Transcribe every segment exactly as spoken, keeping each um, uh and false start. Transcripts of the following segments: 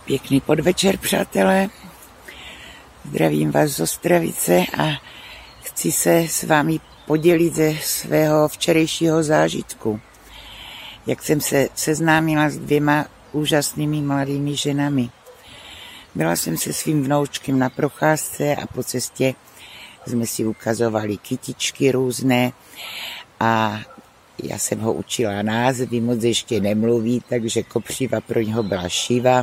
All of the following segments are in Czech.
Pěkný podvečer, přátelé. Zdravím vás z Ostravice a chci se s vámi podělit ze svého včerejšího zážitku. Jak jsem se seznámila s dvěma úžasnými mladými ženami. Byla jsem se svým vnoučkem na procházce a po cestě jsme si ukazovali kytičky různé a já jsem ho učila názvy, moc ještě nemluví, takže kopřiva pro něho byla Šiva.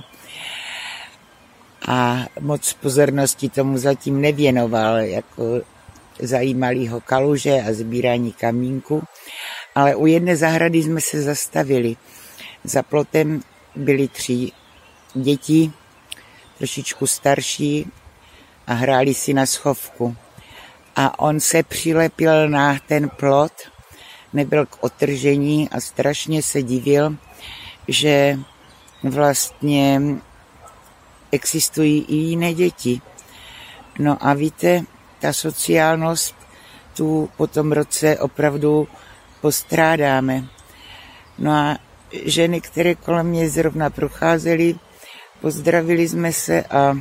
A moc pozornosti tomu zatím nevěnoval, jako zajímali ho kaluže a sbírání kamínku. Ale u jedné zahrady jsme se zastavili. Za plotem byly tři děti, trošičku starší a hráli si na schovku. A on se přilepil na ten plot, nebyl k otržení a strašně se divil, že vlastně existují i jiné děti. No a víte, ta sociálnost tu po tom roce opravdu postrádáme. No a ženy, které kolem mě zrovna procházely, pozdravili jsme se a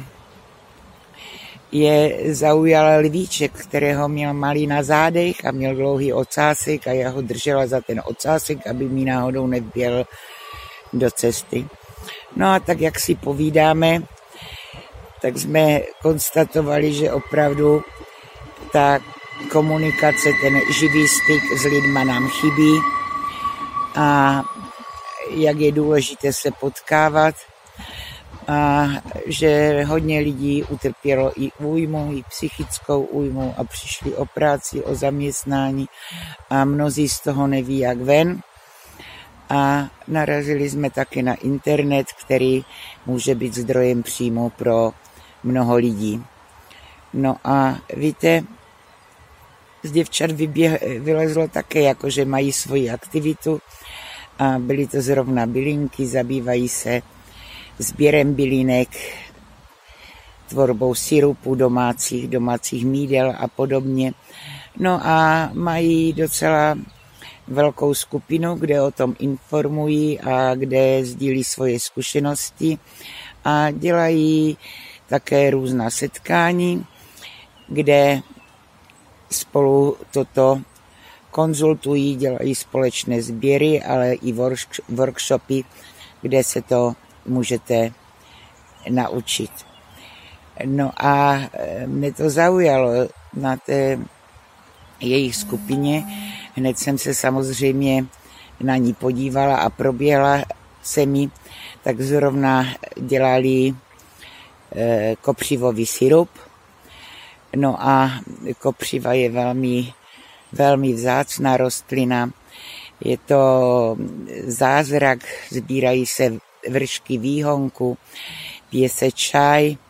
je zaujal lvíček, kterého měl malý na zádech a měl dlouhý ocásek a já ho držela za ten ocásek, aby mi náhodou neběl do cesty. No a tak, jak si povídáme, tak jsme konstatovali, že opravdu ta komunikace, ten živý styk s lidma nám chybí a jak je důležité se potkávat a že hodně lidí utrpělo i újmu, i psychickou újmu a přišli o práci, o zaměstnání a mnozí z toho neví jak ven. A narazili jsme také na internet, který může být zdrojem příjmu pro mnoho lidí. No a víte, z děvčat vyběh, vylezlo také, jako že mají svoji aktivitu a byly to zrovna bylinky, zabývají se sběrem bylinek, tvorbou sirupů domácích, domácích mídel a podobně. No a mají docela velkou skupinu, kde o tom informují a kde sdílí svoje zkušenosti a dělají také různá setkání, kde spolu toto konzultují, dělají společné sběry, ale i workshopy, kde se to můžete naučit. No a mě to zaujalo na té jejich skupině. Hned jsem se samozřejmě na ní podívala a proběhla se mi, tak zrovna dělali e, kopřivový sirup. No a kopřiva je velmi, velmi vzácná rostlina. Je to zázrak, sbírají se vršky výhonku, pije se čaj, e,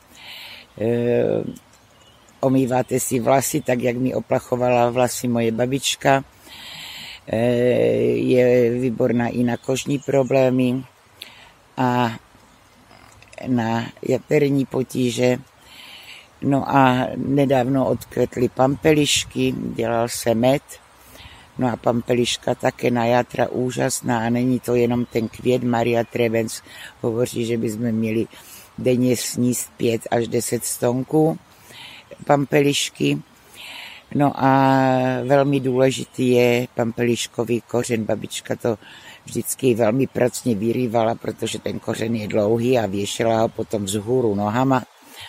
omýváte si vlasy, tak jak mi oplachovala vlasy moje babička. Je výborná i na kožní problémy a na jaterní potíže. No a nedávno odkvetly pampelišky, dělal se med. No a pampeliška také na játra úžasná a není to jenom ten květ. Maria Trebens hovoří, že bychom měli denně sníst pět až deset stonků pampelišky. No a velmi důležitý je pampeliškový kořen. Babička to vždycky velmi pracně vyrývala, protože ten kořen je dlouhý a věšela ho potom vzhůru nohama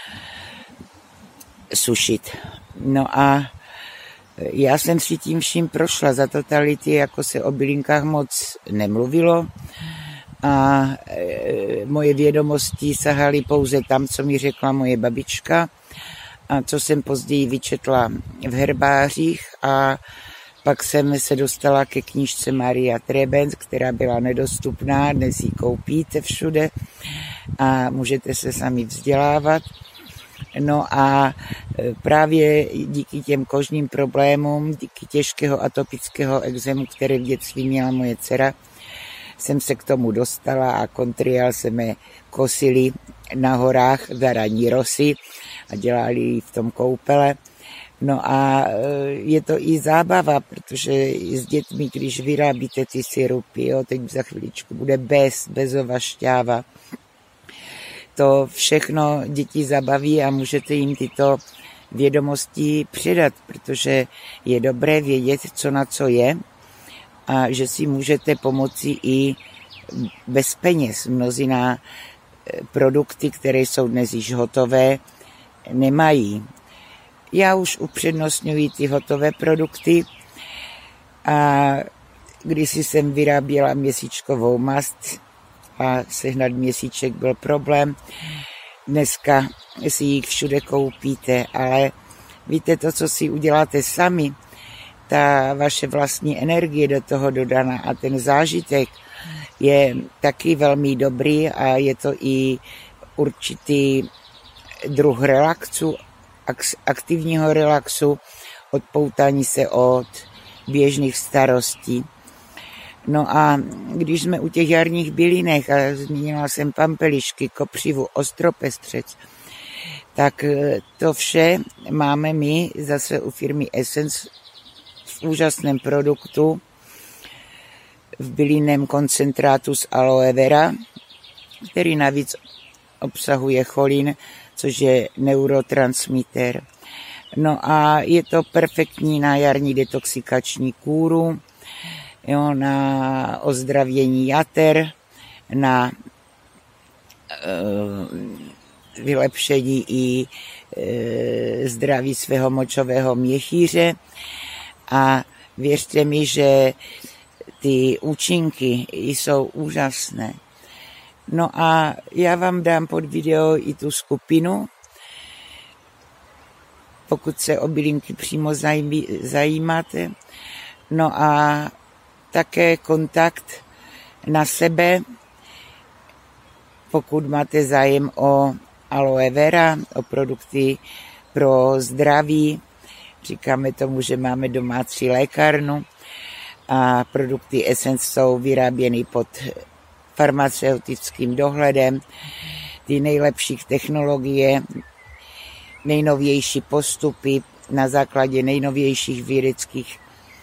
sušit. No a já jsem si tím vším prošla za totality, jako se o bylinkách moc nemluvilo a moje vědomosti sahaly pouze tam, co mi řekla moje babička a co jsem později vyčetla v herbářích a pak jsem se dostala ke knížce Maria Trebens, která byla nedostupná, dnes ji koupíte všude a můžete se sami vzdělávat. No a právě díky těm kožním problémům, díky těžkého atopického ekzému, které v dětství měla moje dcera, jsem se k tomu dostala a kontriál se mě kosili na horách za ranní rosy a dělali v tom koupele. No a je to i zábava, protože s dětmi, když vyrábíte ty sirupy, jo, teď za chviličku bude bez, bezova šťáva, to všechno děti zabaví a můžete jim tyto vědomosti předat, protože je dobré vědět, co na co je a že si můžete pomoci i bez peněz. Mnozina produkty, které jsou dnes již hotové, nemají. Já už upřednostňuji ty hotové produkty a kdysi jsem vyráběla měsíčkovou mast a sehnat měsíček byl problém. Dneska si jich všude koupíte, ale víte, to, co si uděláte sami, ta vaše vlastní energie do toho dodaná a ten zážitek je taky velmi dobrý a je to i určitý druh relaxu, aktivního relaxu, odpoutání se od běžných starostí. No a když jsme u těch jarních bylinek a zmínila jsem pampelišky, kopřivu, ostropestřec, tak to vše máme my zase u firmy Essence v úžasném produktu, v bylinném koncentrátu z aloe vera, který navíc obsahuje cholin, což je neurotransmitter. No a je to perfektní na jarní detoxikační kůru, jo, na ozdravění jater, na e, vylepšení i e, zdraví svého močového měchýře a věřte mi, že ty účinky jsou úžasné. No a já vám dám pod video i tu skupinu, pokud se o bylinky přímo zajímáte. No a také kontakt na sebe, pokud máte zájem o aloe vera, o produkty pro zdraví. Říkáme tomu, že máme domácí lékárnu a produkty Essence jsou vyráběny pod farmaceutickým dohledem. Ty nejlepší technologie, nejnovější postupy na základě nejnovějších vědeckých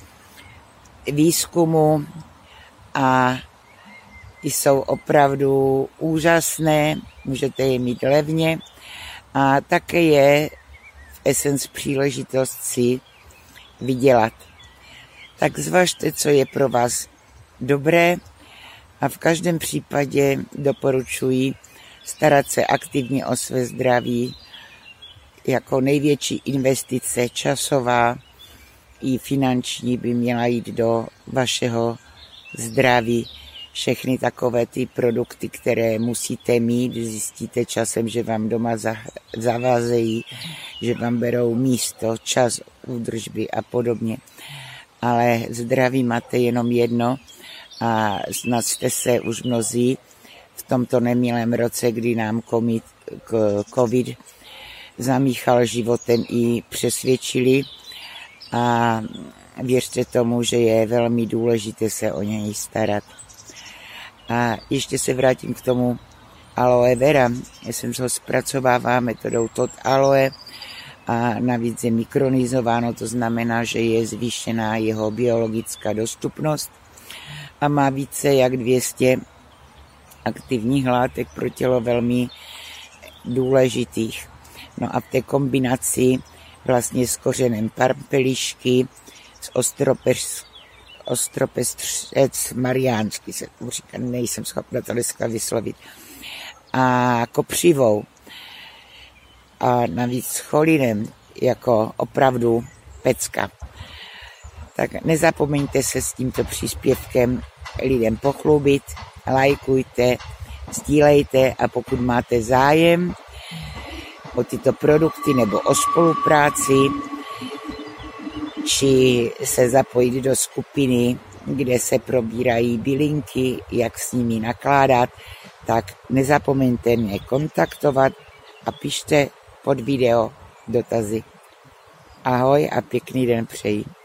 výzkumů a jsou opravdu úžasné, můžete je mít levně a také je v Essence příležitost si vydělat. Tak zvažte, co je pro vás dobré a v každém případě doporučuji starat se aktivně o své zdraví jako největší investice časová i finanční by měla jít do vašeho zdraví. Všechny takové ty produkty, které musíte mít, zjistíte časem, že vám doma zavázejí, že vám berou místo, čas, údržby a podobně. Ale zdraví máte jenom jedno a snad jste se už mnozí v tomto nemilém roce, kdy nám covid zamíchal životem, i přesvědčili a věřte tomu, že je velmi důležité se o něj starat. A ještě se vrátím k tomu aloe vera. Já jsem ho zpracovává metodou Tot Aloe a navíc je mikronizováno, to znamená, že je zvýšená jeho biologická dostupnost a má více jak dvě stě aktivních látek pro tělo velmi důležitých. No a v té kombinaci vlastně s kořenem pampelišky, s ostropestřec mariánský, se říká, nejsem schopna to dneska vyslovit, a kopřivou a navíc s cholinem, jako opravdu pecka. Tak nezapomeňte se s tímto příspěvkem lidem pochlubit, lajkujte, sdílejte a pokud máte zájem o tyto produkty nebo o spolupráci, či se zapojit do skupiny, kde se probírají bylinky, jak s nimi nakládat, tak nezapomeňte mě kontaktovat a pište pod video dotazy. Ahoj a pěkný den přeji.